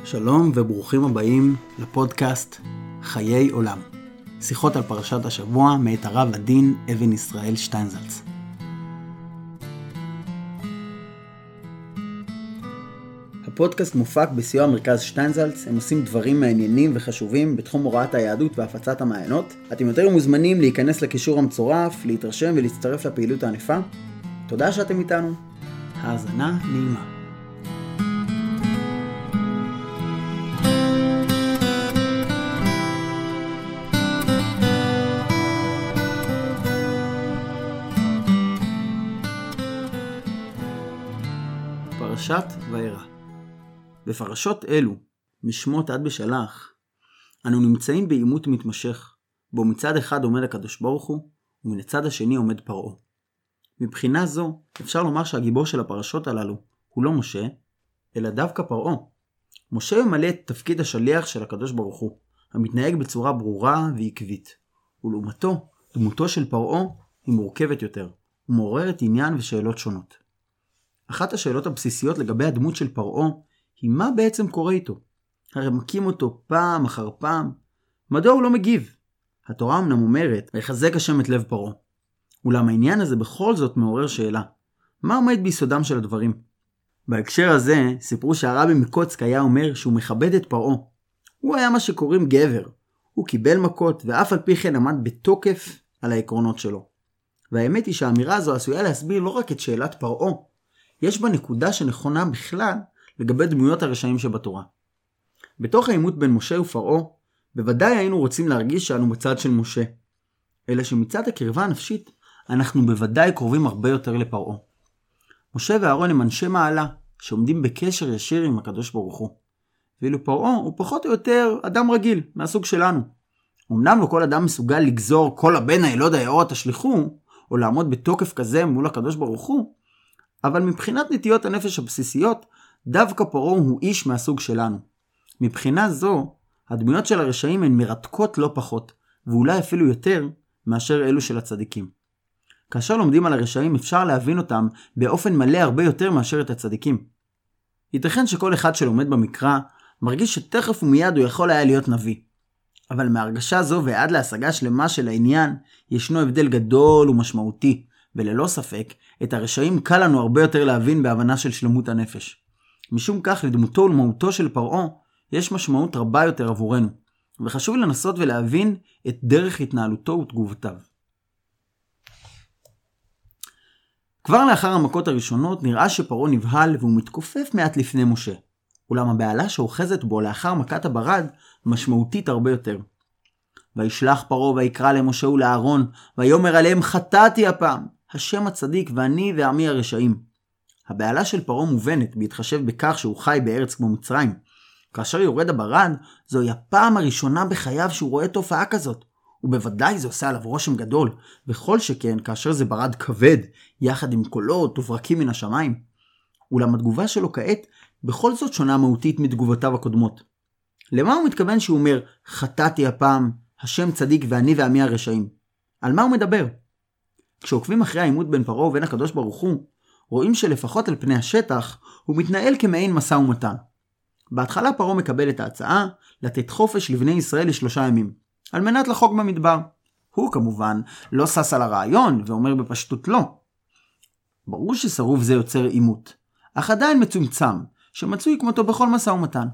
שלום וברוכים הבאים לפודקאסט חיי עולם. שיחות על פרשת השבוע מאת הרב הדין אבן ישראל שטיינזלץ. הפודקאסט מופק בסיוע מרכז שטיינזלץ. הם עושים דברים מעניינים וחשובים בתחום הוראת היהדות והפצת המעיינות. אתם יותר מוזמנים להיכנס לקישור המצורף, להתרשם ולהצטרף לפעילות הענפה. תודה שאתם איתנו. האזנה נעימה. פרשת וירא. בפרשות אלו, משמות עד בשלח, אנו נמצאים בעימות מתמשך, בו מצד אחד עומד הקדוש ברוך הוא, ומן הצד השני עומד פרעה. מבחינה זו, אפשר לומר שהגיבור של הפרשות הללו הוא לא משה, אלא דווקא פרעה. משה ממלא את תפקיד השליח של הקדוש ברוך הוא, המתנהג בצורה ברורה ועקבית. ולעומתו, דמותו של פרעה היא מורכבת יותר, ומעוררת עניין ושאלות שונות. אחת השאלות הבסיסיות לגבי הדמות של פרעה היא מה בעצם קורה איתו. הרי מכים אותו פעם אחר פעם. מדוע הוא לא מגיב? התורה אמנם אומרת, ויחזק השם את לב פרעה. אולם העניין הזה בכל זאת מעורר שאלה. מה עומד ביסודם של הדברים? בהקשר הזה סיפרו שהרבי מקוצק היה אומר שהוא מכבד את פרעה. הוא היה מה שקוראים גבר. הוא קיבל מכות ואף על פי כן עמד בתוקף על העקרונות שלו. והאמת היא שהאמירה הזו עשויה להסביר לא רק את שאלת פרעה, יש בה נקודה שנכונה בכלל לגבי דמויות הרשעים שבתורה. בתוך העימות בין משה ופרעה, בוודאי היינו רוצים להרגיש שאנו בצד של משה. אלא שמצד הקרבה הנפשית, אנחנו בוודאי קרובים הרבה יותר לפרעה. משה ואהרון הם אנשי מעלה, שעומדים בקשר ישיר עם הקדוש ברוך הוא. ואילו פרעה הוא פחות או יותר אדם רגיל, מהסוג שלנו. אמנם לא כל אדם מסוגל לגזור כל הבן הילוד היאור תשליכו, או לעמוד בתוקף כזה מול הקדוש ברוך הוא, אבל מבחינת נטיות הנפש הבסיסיות, דווקא פרעה הוא איש מהסוג שלנו. מבחינה זו, הדמויות של הרשעים הן מרתקות לא פחות, ואולי אפילו יותר מאשר אלו של הצדיקים. כאשר לומדים על הרשעים אפשר להבין אותם באופן מלא הרבה יותר מאשר את הצדיקים. ייתכן שכל אחד שלומד במקרא מרגיש שתכף ומיד הוא יכול היה להיות נביא. אבל מהרגשה זו ועד להשגה שלמה של העניין, ישנו הבדל גדול ומשמעותי. וללא ספק, את הרשעים קל לנו הרבה יותר להבין בהבנה של שלמות הנפש. משום כך, לדמותו ולמהותו של פרעה, יש משמעות רבה יותר עבורנו, וחשוב לנסות ולהבין את דרך התנהלותו ותגובותיו. כבר לאחר המכות הראשונות נראה שפרעה נבהל והוא מתכופף מעט לפני משה. אולם הבעלה שאוחזת בו לאחר מכת הברד משמעותית הרבה יותר. וישלח פרעה ויקרא למשה ולאהרון, ויאמר עליהם חטאתי הפעם, השם הצדיק ואני ועמי הרשעים. הבעלה של פרעה מובנת בהתחשב בכך שהוא חי בארץ כמו מצרים. כאשר יורד הברד, זוהי הפעם הראשונה בחייו שהוא רואה תופעה כזאת. ובוודאי זה עושה עליו רושם גדול, וכל שכן כאשר זה ברד כבד, יחד עם קולות וברקים מן השמיים. אולם התגובה שלו כעת בכל זאת שונה מהותית מתגובותיו הקודמות. למה הוא מתכוון שהוא אומר חטאתי הפעם, השם צדיק ואני ועמי הרשעים? על מה הוא מדבר? כשעוקבים אחרי העימות בין פרעה ובין הקדוש ברוך הוא, רואים שלפחות על פני השטח הוא מתנהל כמעין משא ומתן. בהתחלה פרעה מקבל את ההצעה לתת חופש לבני ישראל ל3 ימים, על מנת לחוג במדבר. הוא כמובן לא סס על הרעיון ואומר בפשטות לא. ברור שסירוב זה יוצר עימות, אך עדיין מצומצם, שמצוי כמותו בכל משא ומתן.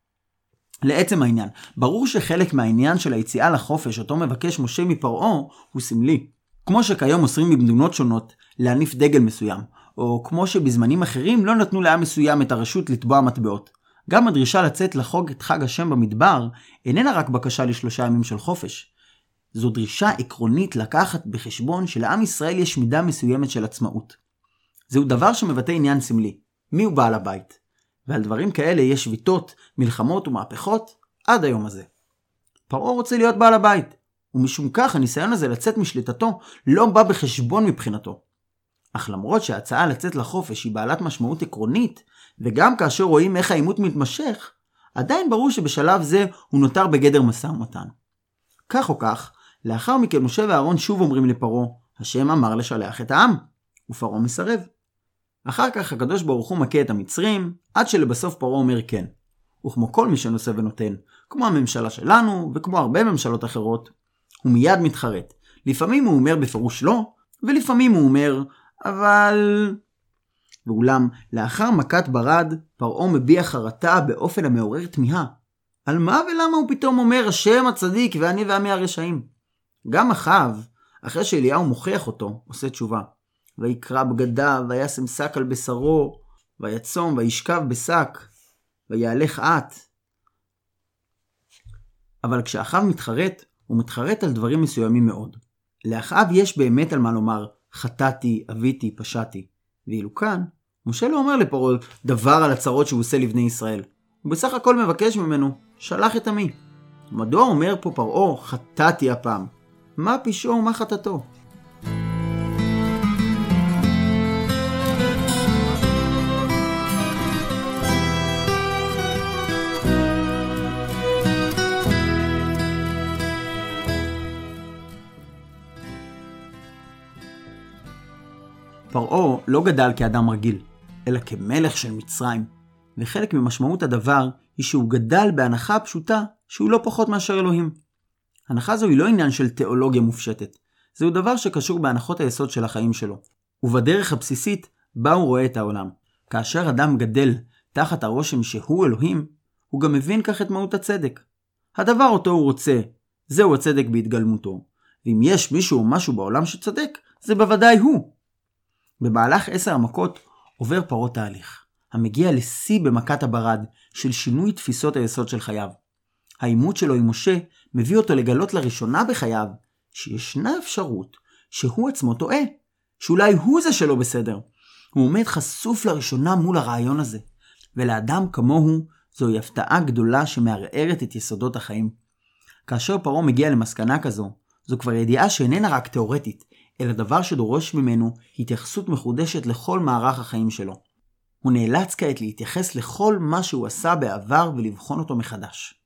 לעצם העניין, ברור שחלק מהעניין של היציאה לחופש אותו מבקש משה מפרעה הוא סמלי. כמו שכיום אוסרים במדינות שונות להניף דגל מסוים, או כמו שבזמנים אחרים לא נתנו לעם מסוים את הרשות לטבוע מטבעות. גם הדרישה לצאת לחוג את חג השם במדבר איננה רק בקשה ל3 ימים של חופש. זו דרישה עקרונית לקחת בחשבון שלעם ישראל יש מידה מסוימת של עצמאות. זהו דבר שמבטא עניין סמלי. מי הוא בעל הבית? ועל דברים כאלה יש שביתות, מלחמות ומהפכות עד היום הזה. פרעה רוצה להיות בעל הבית, ומשום כך הניסיון הזה לצאת משליטתו לא בא בחשבון מבחינתו. אך למרות שההצעה לצאת לחופש היא בעלת משמעות עקרונית, וגם כאשר רואים איך העימות מתמשך, עדיין ברור שבשלב זה הוא נותר בגדר משא ומתן. כך או כך, לאחר מכן משה ואהרון שוב אומרים לפרעה, השם אמר לשלח את העם, ופרעה מסרב. אחר כך הקדוש ברוך הוא מכה את המצרים, עד שלבסוף פרעה אומר כן. וכמו כל מי שנושא ונותן, כמו הממשלה שלנו וכמו הרבה ממשלות אחרות, הוא מיד מתחרט. לפעמים הוא אומר בפירוש לא, ולפעמים הוא אומר, אבל... ואולם, לאחר מכת ברד, פרעה מביע חרטה באופן המעורר תמיהה. על מה ולמה הוא פתאום אומר, השם הצדיק ואני ועמי הרשעים? גם אחאב, אחרי שאליהו מוכיח אותו, עושה תשובה. ויקרא בגדיו, וישם שק על בשרו, ויצום, וישכב בשק, ויהלך אט. אבל כשאחאב מתחרט, הוא מתחרט על דברים מסוימים מאוד. לאחאב יש באמת על מה לומר, חטאתי, אביתי, פשעתי. ואילו כאן, משה לא אומר לפרעה דבר על הצרות שהוא עושה לבני ישראל. הוא בסך הכל מבקש ממנו, שלח את עמי. מדוע אומר פה פרעה, חטאתי הפעם? מה פשעו ומה חטאתו? פרעה לא גדל כאדם רגיל, אלא כמלך של מצרים, וחלק ממשמעות הדבר היא שהוא גדל בהנחה פשוטה שהוא לא פחות מאשר אלוהים. הנחה זו היא לא עניין של תיאולוגיה מופשטת, זהו דבר שקשור בהנחות היסוד של החיים שלו, ובדרך הבסיסית בה הוא רואה את העולם. כאשר אדם גדל תחת הרושם שהוא אלוהים, הוא גם מבין כך את מהות הצדק. הדבר אותו הוא רוצה, זהו הצדק בהתגלמותו, ואם יש מישהו או משהו בעולם שצדק, זה בוודאי הוא. במהלך 10 המכות עובר פרעה תהליך, המגיע לשיא במכת הברד של שינוי תפיסות היסוד של חייו. העימות שלו עם משה מביא אותו לגלות לראשונה בחייו שישנה אפשרות שהוא עצמו טועה, שאולי הוא זה שלא בסדר. הוא עומד חשוף לראשונה מול הרעיון הזה, ולאדם כמוהו זוהי הפתעה גדולה שמערערת את יסודות החיים. כאשר פרעה מגיע למסקנה כזו, זו כבר ידיעה שאיננה רק תיאורטית, אלא דבר שדורש ממנו התייחסות מחודשת לכל מערך החיים שלו. הוא נאלץ כעת להתייחס לכל מה שהוא עשה בעבר ולבחון אותו מחדש.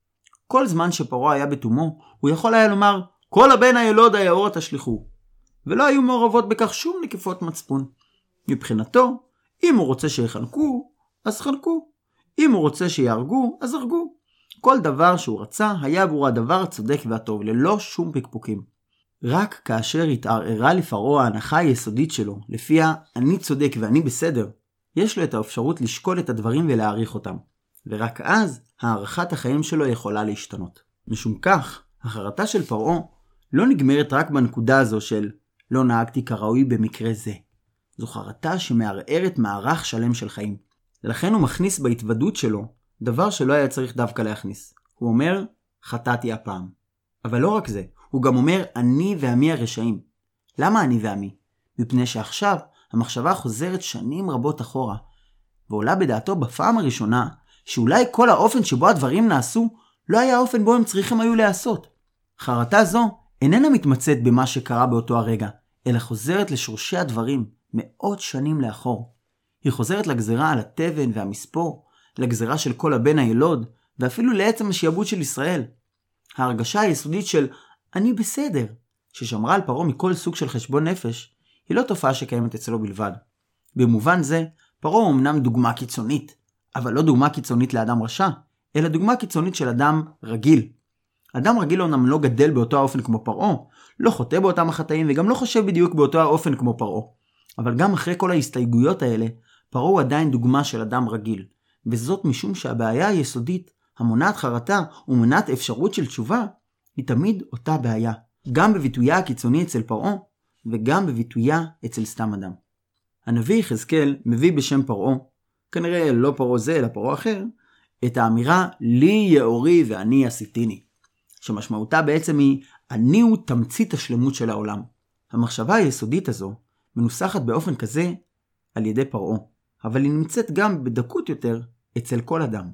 כל זמן שפרעה היה בתומו, הוא יכול היה לומר, כל הבן הילוד היאור תשליכו, ולא היו מעורבות בכך שום נקיפות מצפון. מבחינתו, אם הוא רוצה שיחנקו, אז חנקו. אם הוא רוצה שיהרגו, אז הרגו. כל דבר שהוא רצה היה עבור הדבר הצודק והטוב, ללא שום פקפוקים. רק כאשר התערערה לפרעה ההנחה היסודית שלו, לפיה אני צודק ואני בסדר, יש לו את האפשרות לשקול את הדברים ולהעריך אותם. ורק אז הערכת החיים שלו יכולה להשתנות. משום כך, החרטה של פרעה לא נגמרת רק בנקודה הזו של לא נהגתי כראוי במקרה זה. זו חרטה שמערערת מערך שלם של חיים. ולכן הוא מכניס בהתוודות שלו דבר שלא היה צריך דווקא להכניס. הוא אומר, חטאתי הפעם. אבל לא רק זה, הוא גם אומר, אני ועמי הרשעים. למה אני ועמי? מפני שעכשיו המחשבה חוזרת שנים רבות אחורה, ועולה בדעתו בפעם הראשונה, שאולי כל האופן שבו הדברים נעשו, לא היה האופן בו הם צריכים היו לעשות. חרטה זו איננה מתמצאת במה שקרה באותו הרגע, אלא חוזרת לשורשי הדברים מאות שנים לאחור. היא חוזרת לגזרה על התבן והמספור, לגזרה של כל הבן הילוד, ואפילו לעצם השיעבוד של ישראל. ההרגשה היסודית של אני בסדר, ששמרה על פרעה מכל סוג של חשבון נפש, היא לא תופעה שקיימת אצלו בלבד. במובן זה, פרעה הוא אמנם דוגמה קיצונית, אבל לא דוגמה קיצונית לאדם רשע, אלא דוגמה קיצונית של אדם רגיל. אדם רגיל אומנם לא גדל באותו האופן כמו פרעה, לא חוטא באותם החטאים וגם לא חושב בדיוק באותו האופן כמו פרעה. אבל גם אחרי כל ההסתייגויות האלה, פרעה הוא עדיין דוגמה של אדם רגיל, וזאת משום שהבעיה היסודית, המונעת חרטה ומונעת אפשרות של תשובה, היא תמיד אותה בעיה, גם בביטויה הקיצוני אצל פרעה, וגם בביטויה אצל סתם אדם. הנביא יחזקאל מביא בשם פרעה, כנראה לא פרעה זה אלא פרעה אחר, את האמירה לי יאורי ואני עשיתיני, שמשמעותה בעצם היא אני הוא תמצית השלמות של העולם. המחשבה היסודית הזו מנוסחת באופן כזה על ידי פרעה, אבל היא נמצאת גם בדקות יותר אצל כל אדם.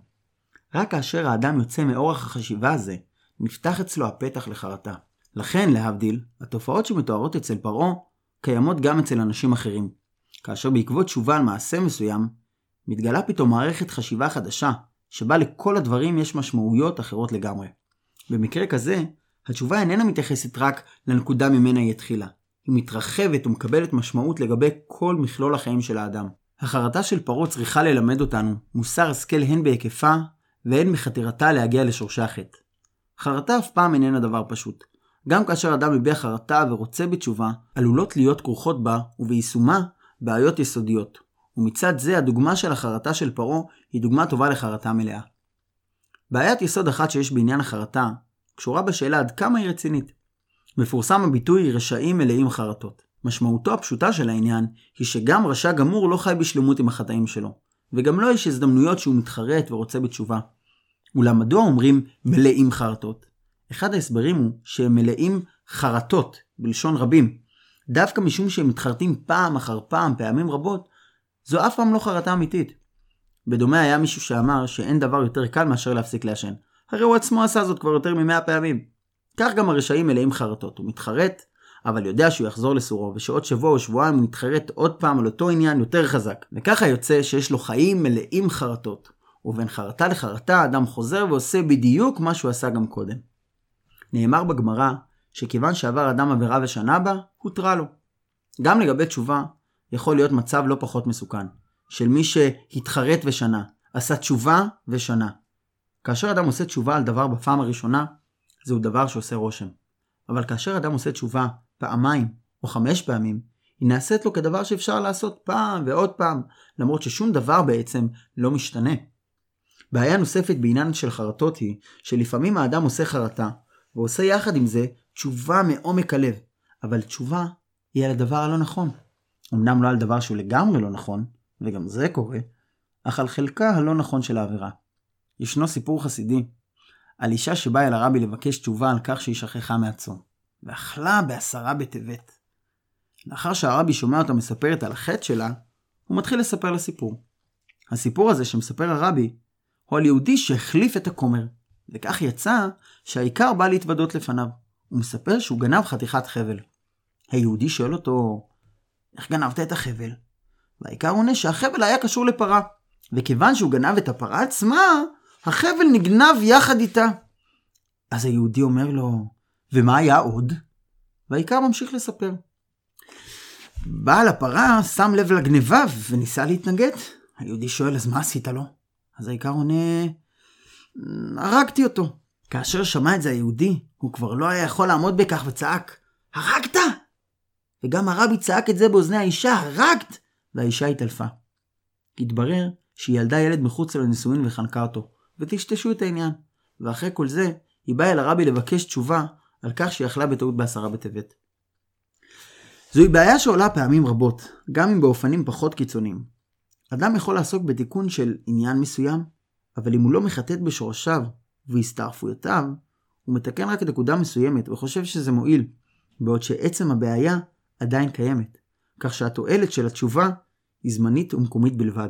רק כאשר האדם יוצא מאורח החשיבה הזה, נפתח אצלו הפתח לחרטה. לכן, להבדיל, התופעות שמתוארות אצל פרעה קיימות גם אצל אנשים אחרים. כאשר בעקבות תשובה על מעשה מסוים, מתגלה פתאום מערכת חשיבה חדשה, שבה לכל הדברים יש משמעויות אחרות לגמרי. במקרה כזה, התשובה איננה מתייחסת רק לנקודה ממנה היא התחילה. היא מתרחבת ומקבלת משמעות לגבי כל מכלול החיים של האדם. החרטה של פרעה צריכה ללמד אותנו מוסר השכל הן בהיקפה ואין מחתירתה להגיע לשורשי החטא. חרטה אף פעם איננה דבר פשוט. גם כאשר אדם מביע חרטה ורוצה בתשובה, עלולות להיות כרוכות בה וביישומה בעיות יסודיות. ומצד זה הדוגמה של החרטה של פרעה היא דוגמה טובה לחרטה מלאה. בעיית יסוד אחת שיש בעניין החרטה קשורה בשאלה עד כמה היא רצינית. מפורסם הביטוי רשעים מלאים חרטות. משמעותו הפשוטה של העניין היא שגם רשע גמור לא חי בשלמות עם החטאים שלו, וגם לא יש הזדמנויות שהוא מתחרט ורוצה בתשובה. אולם מדוע אומרים מלאים חרטות? אחד ההסברים הוא שהם מלאים חרטות בלשון רבים. דווקא משום שהם מתחרטים פעם אחר פעם, פעמים רבות, זו אף פעם לא חרטה אמיתית. בדומה היה מישהו שאמר שאין דבר יותר קל מאשר להפסיק לעשן. הרי הוא עצמו עשה זאת כבר יותר מ100 פעמים. כך גם הרשעים מלאים חרטות. הוא מתחרט, אבל יודע שהוא יחזור לסורו, ושעוד שבוע או שבועיים הוא מתחרט עוד פעם על אותו עניין יותר חזק. וככה יוצא שיש לו חיים מלאים חרטות. ובין חרטה לחרטה אדם חוזר ועושה בדיוק מה שהוא עשה גם קודם. נאמר בגמרא שכיוון שעבר אדם עבירה ושנה בה, הותרה לו. גם לגבי תשובה יכול להיות מצב לא פחות מסוכן, של מי שהתחרט ושנה, עשה תשובה ושנה. כאשר אדם עושה תשובה על דבר בפעם הראשונה, זהו דבר שעושה רושם. אבל כאשר אדם עושה תשובה פעמיים או 5 פעמים, היא נעשית לו כדבר שאפשר לעשות פעם ועוד פעם, למרות ששום דבר בעצם לא משתנה. בעיה נוספת בעניין של חרטות היא שלפעמים האדם עושה חרטה, ועושה יחד עם זה תשובה מעומק הלב, אבל תשובה היא על הדבר הלא נכון. אמנם לא על דבר שהוא לגמרי לא נכון, וגם זה קורה, אך על חלקה הלא נכון של העבירה. ישנו סיפור חסידי על אישה שבאה אל הרבי לבקש תשובה על כך שהיא שכחה מהצום, ואכלה ב10 בטבת. לאחר שהרבי שומע אותה מספרת על החטא שלה, הוא מתחיל לספר לה סיפור. הסיפור הזה שמספר הרבי הוא על יהודי שהחליף את הכומר, וכך יצא שהעיקר בא להתוודות לפניו. הוא מספר שהוא גנב חתיכת חבל. היהודי שואל אותו, איך גנבת את החבל? והעיקר עונה שהחבל היה קשור לפרה, וכיוון שהוא גנב את הפרה עצמה, החבל נגנב יחד איתה. אז היהודי אומר לו, ומה היה עוד? והעיקר ממשיך לספר. בעל הפרה שם לב לגניבה וניסה להתנגד. היהודי שואל, אז מה עשית לו? אז העיקר עונה, הרגתי אותו. כאשר שמע את זה היהודי, הוא כבר לא היה יכול לעמוד בכך וצעק, הרגת? וגם הרבי צעק את זה באוזני האישה, הרגת? והאישה התעלפה. התברר שהיא ילדה ילד מחוץ לנישואין וחנקה אותו, ותשתשו את העניין. ואחרי כל זה, היא באה אל הרבי לבקש תשובה על כך שהיא אכלה בטעות ב10 בטבת. זוהי בעיה שעולה פעמים רבות, גם אם באופנים פחות קיצוניים. אדם יכול לעסוק בתיקון של עניין מסוים, אבל אם הוא לא מחטט בשורשיו והסתעפויותיו, הוא מתקן רק נקודה מסוימת וחושב שזה מועיל, בעוד שעצם הבעיה עדיין קיימת, כך שהתועלת של התשובה היא זמנית ומקומית בלבד.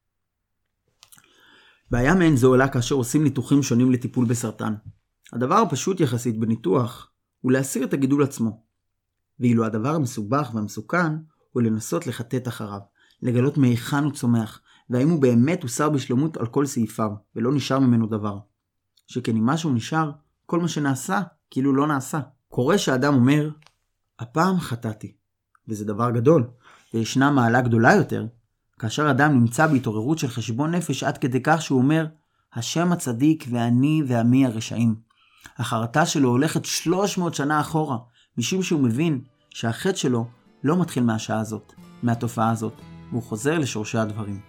בעיה מעין זו עולה כאשר עושים ניתוחים שונים לטיפול בסרטן. הדבר הפשוט יחסית בניתוח הוא להסיר את הגידול עצמו, ואילו הדבר המסובך והמסוכן הוא לנסות לחטט אחריו, לגלות מהיכן הוא צומח, והאם הוא באמת הוסר בשלמות על כל סעיפיו, ולא נשאר ממנו דבר. שכן אם משהו נשאר, כל מה שנעשה כאילו לא נעשה. קורה שאדם אומר, הפעם חטאתי, וזה דבר גדול, וישנה מעלה גדולה יותר, כאשר אדם נמצא בהתעוררות של חשבון נפש עד כדי כך שהוא אומר, השם הצדיק ואני ועמי הרשעים. החרטה שלו הולכת 300 שנה אחורה, משום שהוא מבין שהחטא שלו לא מתחיל מהשעה הזאת, מהתופעה הזאת, והוא חוזר לשורשי הדברים.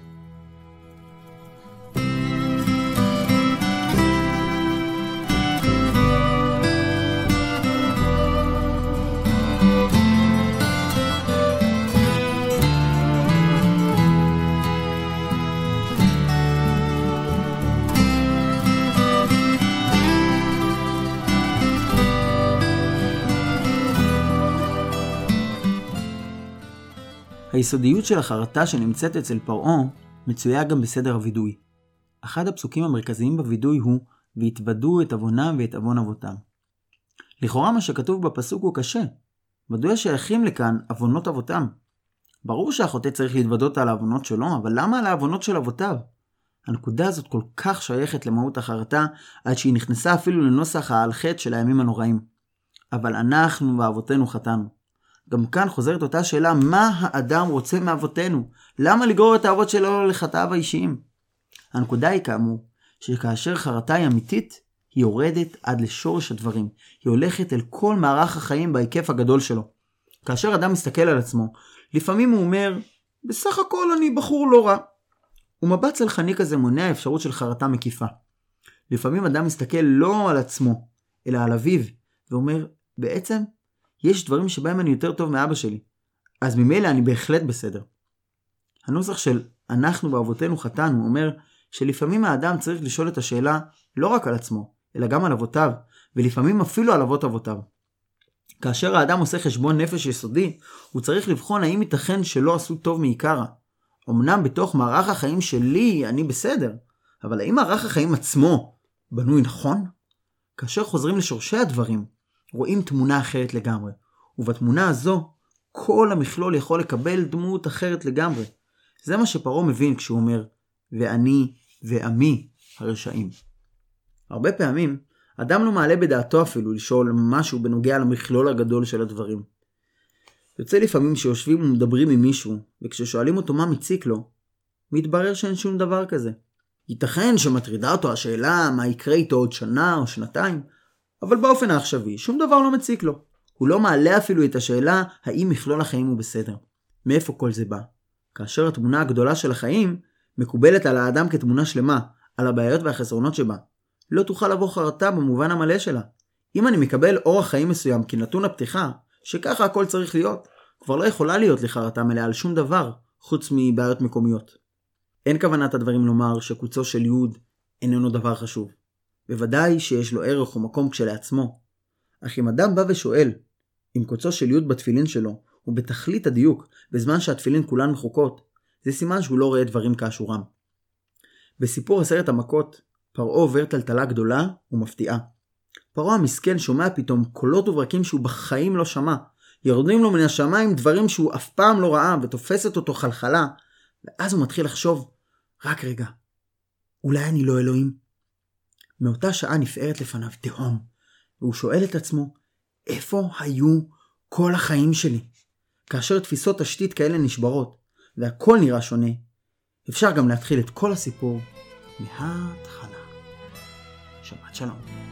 היסודיות של החרטה שנמצאת אצל פרעה מצויה גם בסדר הוידוי. אחד הפסוקים המרכזיים בוידוי הוא והתוודו את עוונם ואת עוון אבותם. לכאורה מה שכתוב בפסוק הוא קשה. מדוע שייכים לכאן עוונות אבותם? ברור שהחוטא צריך להתוודות על העוונות שלו, אבל למה על העוונות של אבותיו? הנקודה הזאת כל כך שייכת למהות החרטה עד שהיא נכנסה אפילו לנוסח העל חטא של הימים הנוראים. אבל אנחנו ואבותינו חטאנו. גם כאן חוזרת אותה שאלה, מה האדם רוצה מאבותינו? למה לגרור את האבות שלו לחטאיו האישיים? הנקודה היא כאמור, שכאשר חרטה היא אמיתית, היא יורדת עד לשורש הדברים. היא הולכת אל כל מערך החיים בהיקף הגדול שלו. כאשר אדם מסתכל על עצמו, לפעמים הוא אומר, בסך הכל אני בחור לא רע. ומבט צלחני כזה מונע אפשרות של חרטה מקיפה. לפעמים אדם מסתכל לא על עצמו, אלא על אביו, ואומר, בעצם יש דברים שבהם אני יותר טוב מאבא שלי. אז ממילא אני בהחלט בסדר. הנוסח של אנחנו באבותינו חטאנו אומר שלפעמים האדם צריך לשאול את השאלה לא רק על עצמו, אלא גם על אבותיו, ולפעמים אפילו על אבות אבותיו. כאשר האדם עושה חשבון נפש יסודי, הוא צריך לבחון האם ייתכן שלא עשו טוב מעיקרה. אמנם בתוך מערך החיים שלי אני בסדר, אבל האם מערך החיים עצמו בנוי נכון? כאשר חוזרים לשורשי הדברים, רואים תמונה אחרת לגמרי, ובתמונה הזו כל המכלול יכול לקבל דמות אחרת לגמרי. זה מה שפרעה מבין כשהוא אומר, ואני ועמי הרשעים. הרבה פעמים, אדם לא מעלה בדעתו אפילו לשאול משהו בנוגע למכלול הגדול של הדברים. יוצא לפעמים שיושבים ומדברים עם מישהו, וכששואלים אותו מה מציק לו, מתברר שאין שום דבר כזה. ייתכן שמטרידה אותו השאלה מה יקרה איתו עוד שנה או שנתיים, אבל באופן העכשווי שום דבר לא מציק לו. הוא לא מעלה אפילו את השאלה האם מכלול החיים הוא בסדר. מאיפה כל זה בא? כאשר התמונה הגדולה של החיים מקובלת על האדם כתמונה שלמה, על הבעיות והחסרונות שבה, לא תוכל לבוא חרטה במובן המלא שלה. אם אני מקבל אורח חיים מסוים כנתון הפתיחה, שככה הכל צריך להיות, כבר לא יכולה להיות לי חרטה מלאה על שום דבר, חוץ מבעיות מקומיות. אין כוונת הדברים לומר שקוצו של יהוד איננו דבר חשוב. בוודאי שיש לו ערך ומקום כשלעצמו. אך אם אדם בא ושואל, אם קוצו של יהוד בתפילין שלו, הוא בתכלית הדיוק, בזמן שהתפילין כולן מחוקות, זה סימן שהוא לא רואה דברים כאשורם. בסיפור 10 המכות, פרעה עובר טלטלה גדולה ומפתיעה. פרעה המסכן שומע פתאום קולות וברקים שהוא בחיים לא שמע. יורדים לו מן השמיים דברים שהוא אף פעם לא ראה, ותופסת אותו חלחלה. ואז הוא מתחיל לחשוב, רק רגע, אולי אני לא אלוהים? מאותה שעה נפערת לפניו תהום, והוא שואל את עצמו, איפה היו כל החיים שלי? כאשר תפיסות תשתית כאלה נשברות, והכל נראה שונה, אפשר גם להתחיל את כל הסיפור מההתחלה. שבת שלום.